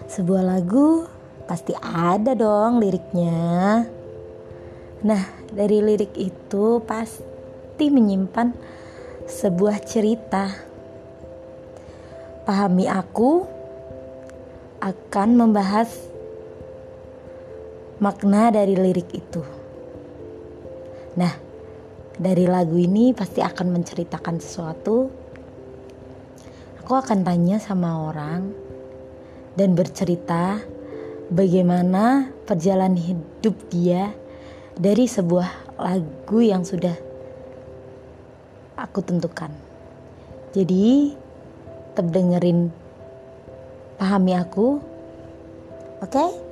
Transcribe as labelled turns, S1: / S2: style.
S1: Sebuah lagu pasti ada dong liriknya. Nah, dari lirik itu pasti menyimpan sebuah cerita. Pahami Aku akan membahas makna dari lirik itu. Nah, dari lagu ini pasti akan menceritakan sesuatu. Aku akan tanya sama orang dan bercerita bagaimana perjalanan hidup dia dari sebuah lagu yang sudah aku tentukan. Jadi, tetap dengerin Pahami Aku, oke?